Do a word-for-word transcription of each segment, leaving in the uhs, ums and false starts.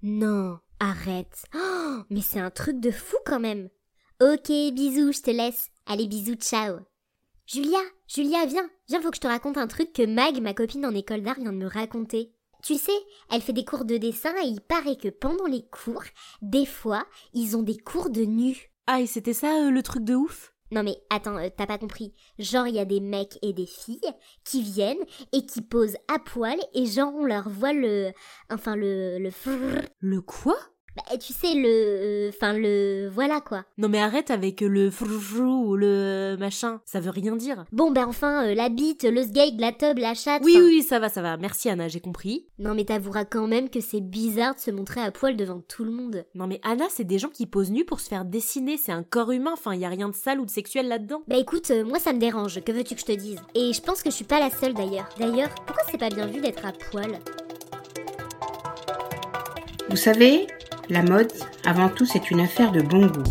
Non, arrête. Oh, mais c'est un truc de fou quand même. Ok, bisous, je te laisse. Allez, bisous, ciao. Julia, Julia, viens. Viens, faut que je te raconte un truc que Mag, ma copine en école d'art, vient de me raconter. Tu sais, elle fait des cours de dessin et il paraît que pendant les cours, des fois, ils ont des cours de nu. Ah, et c'était ça euh, le truc de ouf ? Non mais attends, euh, t'as pas compris. Genre, il y a des mecs et des filles qui viennent et qui posent à poil et genre, on leur voit le... Enfin, le... Le... frrr. Le quoi ? Bah, tu sais, le... Enfin, le... Voilà, quoi. Non mais arrête avec le frou ou le machin, ça veut rien dire. Bon, ben enfin, euh, la bite, le sgeg, la tub, la chatte... Oui, fin... oui, ça va, ça va. Merci Anna, j'ai compris. Non mais t'avoueras quand même que c'est bizarre de se montrer à poil devant tout le monde. Non mais Anna, c'est des gens qui posent nus pour se faire dessiner, c'est un corps humain, enfin y a rien de sale ou de sexuel là-dedans. Bah écoute, euh, moi ça me dérange, que veux-tu que je te dise? Et je pense que je suis pas la seule d'ailleurs. D'ailleurs, pourquoi c'est pas bien vu d'être à poil? Vous savez, la mode, avant tout, c'est une affaire de bon goût.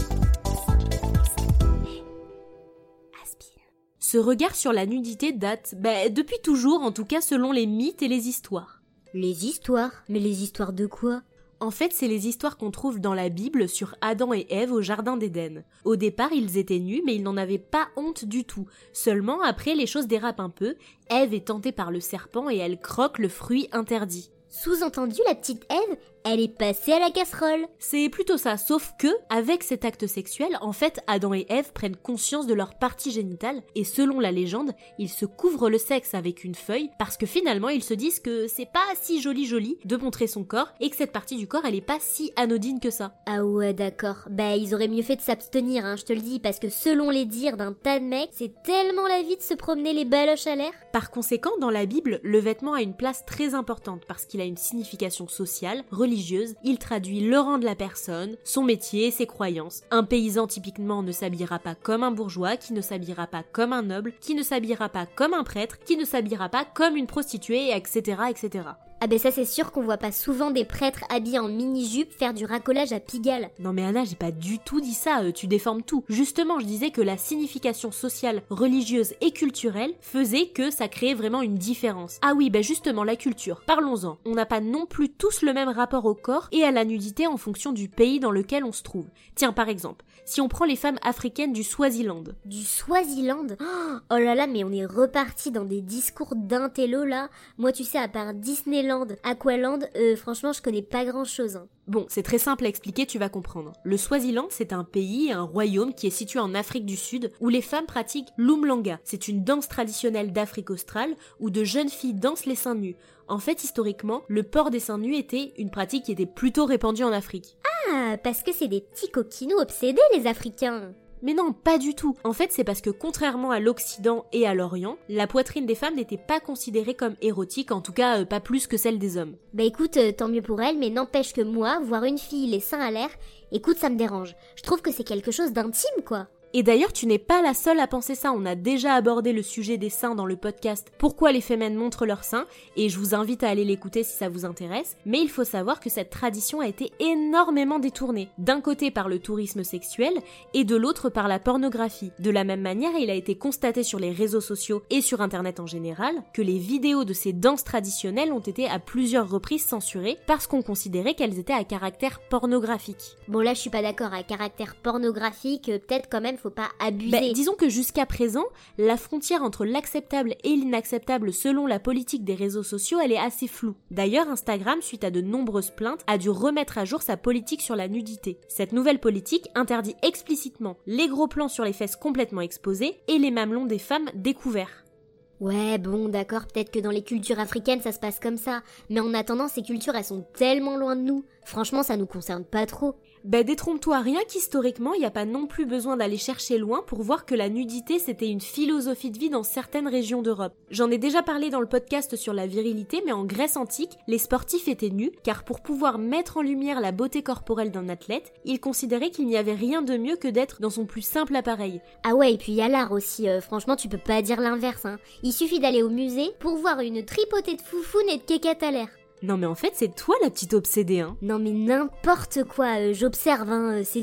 Ce regard sur la nudité date, bah, depuis toujours, en tout cas selon les mythes et les histoires. Les histoires? Mais les histoires de quoi? En fait, c'est les histoires qu'on trouve dans la Bible sur Adam et Ève au jardin d'Éden. Au départ, ils étaient nus, mais ils n'en avaient pas honte du tout. Seulement, après, les choses dérapent un peu. Ève est tentée par le serpent et elle croque le fruit interdit. Sous-entendu, la petite Ève, elle est passée à la casserole. C'est plutôt ça, sauf que, avec cet acte sexuel, en fait, Adam et Ève prennent conscience de leur partie génitale, et selon la légende, ils se couvrent le sexe avec une feuille, parce que finalement, ils se disent que c'est pas si joli joli de montrer son corps, et que cette partie du corps, elle est pas si anodine que ça. Ah ouais, d'accord. Bah, ils auraient mieux fait de s'abstenir, hein, je te le dis, parce que selon les dires d'un tas de mecs, c'est tellement la vie de se promener les baloches à l'air. Par conséquent, dans la Bible, le vêtement a une place très importante, parce qu'il a une signification sociale, religieuse, il traduit le rang de la personne, son métier, ses croyances. Un paysan typiquement ne s'habillera pas comme un bourgeois, qui ne s'habillera pas comme un noble, qui ne s'habillera pas comme un prêtre, qui ne s'habillera pas comme une prostituée, et cetera, et cetera. Ah ben ça c'est sûr qu'on voit pas souvent des prêtres habillés en mini-jupe faire du racolage à Pigalle. Non mais Anna, j'ai pas du tout dit ça, euh, tu déformes tout. Justement, je disais que la signification sociale, religieuse et culturelle faisait que ça créait vraiment une différence. Ah oui, bah justement, la culture, parlons-en. On n'a pas non plus tous le même rapport au corps et à la nudité en fonction du pays dans lequel on se trouve. Tiens, par exemple, si on prend les femmes africaines du Swaziland. Du Swaziland? Oh là là, mais on est reparti dans des discours d'intello là. Moi tu sais, à part Disneyland, Aqualand, euh, franchement je connais pas grand chose. Hein. Bon, c'est très simple à expliquer, tu vas comprendre. Le Swaziland, c'est un pays, un royaume qui est situé en Afrique du Sud, où les femmes pratiquent l'umlanga. C'est une danse traditionnelle d'Afrique australe, où de jeunes filles dansent les seins nus. En fait, historiquement, le port des seins nus était une pratique qui était plutôt répandue en Afrique. Ah, parce que c'est des petits coquinous obsédés les Africains. Mais non, pas du tout. En fait, c'est parce que contrairement à l'Occident et à l'Orient, la poitrine des femmes n'était pas considérée comme érotique, en tout cas euh, pas plus que celle des hommes. Bah écoute, euh, tant mieux pour elle, mais n'empêche que moi, voir une fille les seins à l'air, écoute, ça me dérange. Je trouve que c'est quelque chose d'intime, quoi. Et d'ailleurs, tu n'es pas la seule à penser ça, on a déjà abordé le sujet des seins dans le podcast « Pourquoi les femmes montrent leurs seins ?» et je vous invite à aller l'écouter si ça vous intéresse, mais il faut savoir que cette tradition a été énormément détournée, d'un côté par le tourisme sexuel et de l'autre par la pornographie. De la même manière, il a été constaté sur les réseaux sociaux et sur internet en général que les vidéos de ces danses traditionnelles ont été à plusieurs reprises censurées parce qu'on considérait qu'elles étaient à caractère pornographique. Bon là je suis pas d'accord, à caractère pornographique, euh, peut-être quand même faut pas abuser. Bah, disons que jusqu'à présent, la frontière entre l'acceptable et l'inacceptable selon la politique des réseaux sociaux, elle est assez floue. D'ailleurs, Instagram, suite à de nombreuses plaintes, a dû remettre à jour sa politique sur la nudité. Cette nouvelle politique interdit explicitement les gros plans sur les fesses complètement exposés et les mamelons des femmes découverts. Ouais, bon, d'accord, peut-être que dans les cultures africaines ça se passe comme ça, mais en attendant, ces cultures elles sont tellement loin de nous. Franchement, ça nous concerne pas trop. Ben détrompe-toi, rien qu'historiquement, il n'y a pas non plus besoin d'aller chercher loin pour voir que la nudité c'était une philosophie de vie dans certaines régions d'Europe. J'en ai déjà parlé dans le podcast sur la virilité, mais en Grèce antique, les sportifs étaient nus, car pour pouvoir mettre en lumière la beauté corporelle d'un athlète, ils considéraient qu'il n'y avait rien de mieux que d'être dans son plus simple appareil. Ah ouais, et puis il y a l'art aussi, euh, franchement tu peux pas dire l'inverse, hein. Il suffit d'aller au musée pour voir une tripotée de foufounes et de kékettes à l'air. Non mais en fait c'est toi la petite obsédée hein. Non mais n'importe quoi, euh, j'observe hein, euh, c'est tout.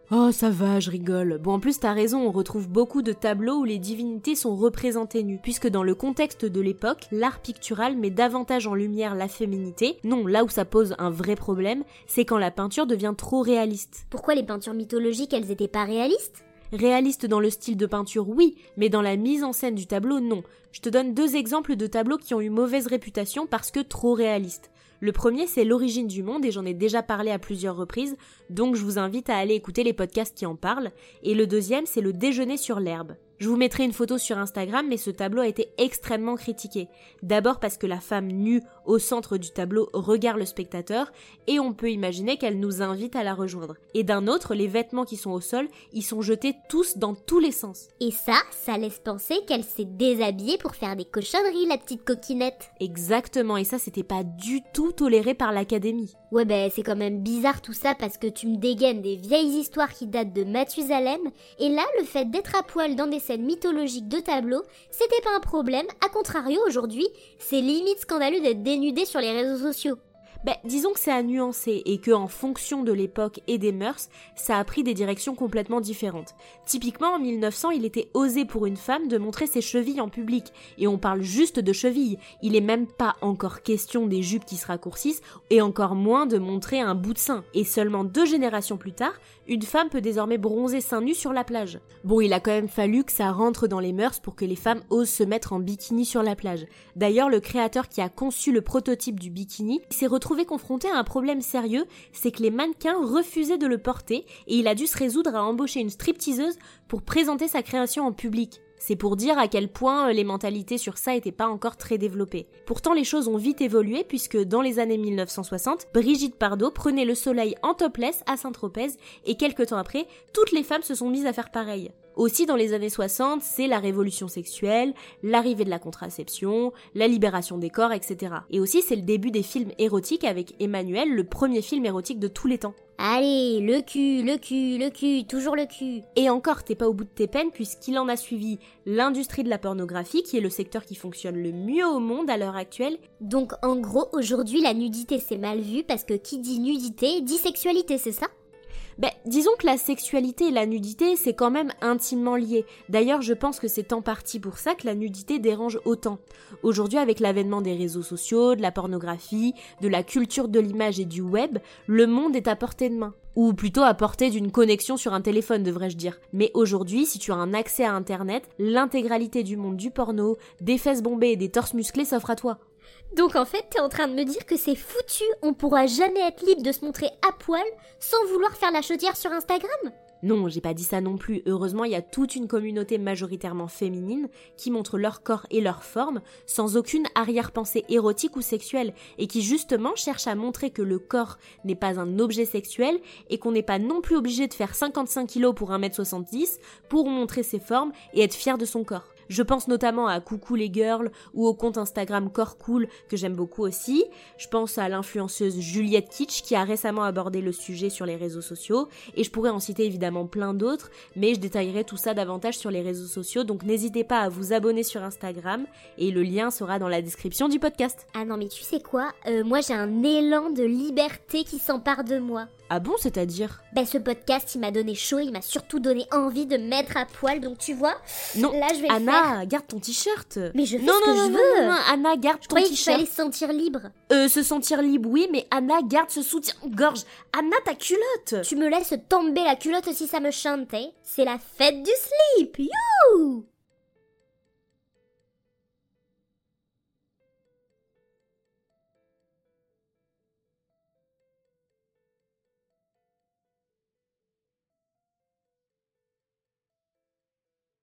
Oh ça va, je rigole. Bon en plus t'as raison, on retrouve beaucoup de tableaux où les divinités sont représentées nues, puisque dans le contexte de l'époque, l'art pictural met davantage en lumière la féminité. Non, là où ça pose un vrai problème, c'est quand la peinture devient trop réaliste. Pourquoi les peintures mythologiques, elles étaient pas réalistes ? Réaliste dans le style de peinture, oui, mais dans la mise en scène du tableau, non. Je te donne deux exemples de tableaux qui ont eu mauvaise réputation parce que trop réalistes. Le premier, c'est L'origine du monde, et j'en ai déjà parlé à plusieurs reprises, donc je vous invite à aller écouter les podcasts qui en parlent. Et le deuxième, c'est Le déjeuner sur l'herbe. Je vous mettrai une photo sur Instagram, mais ce tableau a été extrêmement critiqué. D'abord parce que la femme nue au centre du tableau regarde le spectateur, et on peut imaginer qu'elle nous invite à la rejoindre. Et d'un autre, les vêtements qui sont au sol, ils sont jetés tous dans tous les sens. Et ça, ça laisse penser qu'elle s'est déshabillée pour faire des cochonneries, la petite coquinette. Exactement, et ça c'était pas du tout toléré par l'Académie. Ouais ben c'est quand même bizarre tout ça parce que tu me dégaines des vieilles histoires qui datent de Mathusalem, et là le fait d'être à poil dans des scènes mythologiques de tableaux, c'était pas un problème, à contrario aujourd'hui, c'est limite scandaleux d'être dénudé sur les réseaux sociaux. Ben, disons que c'est à nuancer et que en fonction de l'époque et des mœurs, ça a pris des directions complètement différentes. Typiquement en mille neuf cents, il était osé pour une femme de montrer ses chevilles en public, et on parle juste de chevilles. Il est même pas encore question des jupes qui se raccourcissent, et encore moins de montrer un bout de sein. Et seulement deux générations plus tard, une femme peut désormais bronzer seins nus sur la plage. Bon, il a quand même fallu que ça rentre dans les mœurs pour que les femmes osent se mettre en bikini sur la plage. D'ailleurs, le créateur qui a conçu le prototype du bikini s'est retrouvé confronté à un problème sérieux, c'est que les mannequins refusaient de le porter, et il a dû se résoudre à embaucher une stripteaseuse pour présenter sa création en public. C'est pour dire à quel point les mentalités sur ça étaient pas encore très développées. Pourtant, les choses ont vite évolué puisque dans les années mille neuf cent soixante, Brigitte Bardot prenait le soleil en topless à Saint-Tropez, et quelques temps après, toutes les femmes se sont mises à faire pareil. Aussi, dans les années soixante, c'est la révolution sexuelle, l'arrivée de la contraception, la libération des corps, et cetera. Et aussi, c'est le début des films érotiques avec Emmanuel, le premier film érotique de tous les temps. Allez, le cul, le cul, le cul, toujours le cul. Et encore, t'es pas au bout de tes peines puisqu'il en a suivi l'industrie de la pornographie, qui est le secteur qui fonctionne le mieux au monde à l'heure actuelle. Donc en gros, aujourd'hui, la nudité c'est mal vu parce que qui dit nudité dit sexualité, c'est ça ? Ben, disons que la sexualité et la nudité, c'est quand même intimement lié. D'ailleurs, je pense que c'est en partie pour ça que la nudité dérange autant. Aujourd'hui, avec l'avènement des réseaux sociaux, de la pornographie, de la culture de l'image et du web, le monde est à portée de main. Ou plutôt à portée d'une connexion sur un téléphone, devrais-je dire. Mais aujourd'hui, si tu as un accès à Internet, l'intégralité du monde du porno, des fesses bombées et des torses musclés s'offre à toi. Donc en fait, t'es en train de me dire que c'est foutu, on pourra jamais être libre de se montrer à poil sans vouloir faire la chaudière sur Instagram ? Non, j'ai pas dit ça non plus. Heureusement, il y a toute une communauté majoritairement féminine qui montre leur corps et leur forme sans aucune arrière-pensée érotique ou sexuelle, et qui justement cherche à montrer que le corps n'est pas un objet sexuel et qu'on n'est pas non plus obligé de faire cinquante-cinq kilos pour un mètre soixante-dix pour montrer ses formes et être fier de son corps. Je pense notamment à Coucou les girls ou au compte Instagram Corps Cool que j'aime beaucoup aussi. Je pense à l'influenceuse Juliette Kitsch qui a récemment abordé le sujet sur les réseaux sociaux, et je pourrais en citer évidemment plein d'autres, mais je détaillerai tout ça davantage sur les réseaux sociaux, donc n'hésitez pas à vous abonner sur Instagram et le lien sera dans la description du podcast. Ah non mais tu sais quoi, euh, moi j'ai un élan de liberté qui s'empare de moi. Ah bon, c'est-à-dire ? Ben ce podcast il m'a donné chaud, il m'a surtout donné envie de me mettre à poil, donc tu vois, non, là je vais Anna, le faire. garde ton t-shirt. Mais je fais non, ce non, que non, je non, veux. non, non, Anna, garde Je ton croyais qu'il t-shirt. fallait se sentir libre. Euh, se sentir libre, oui, mais Anna, garde ce soutien-gorge. Anna, ta culotte. Tu me laisses tomber la culotte si ça me chante, hein. C'est la fête du slip, you.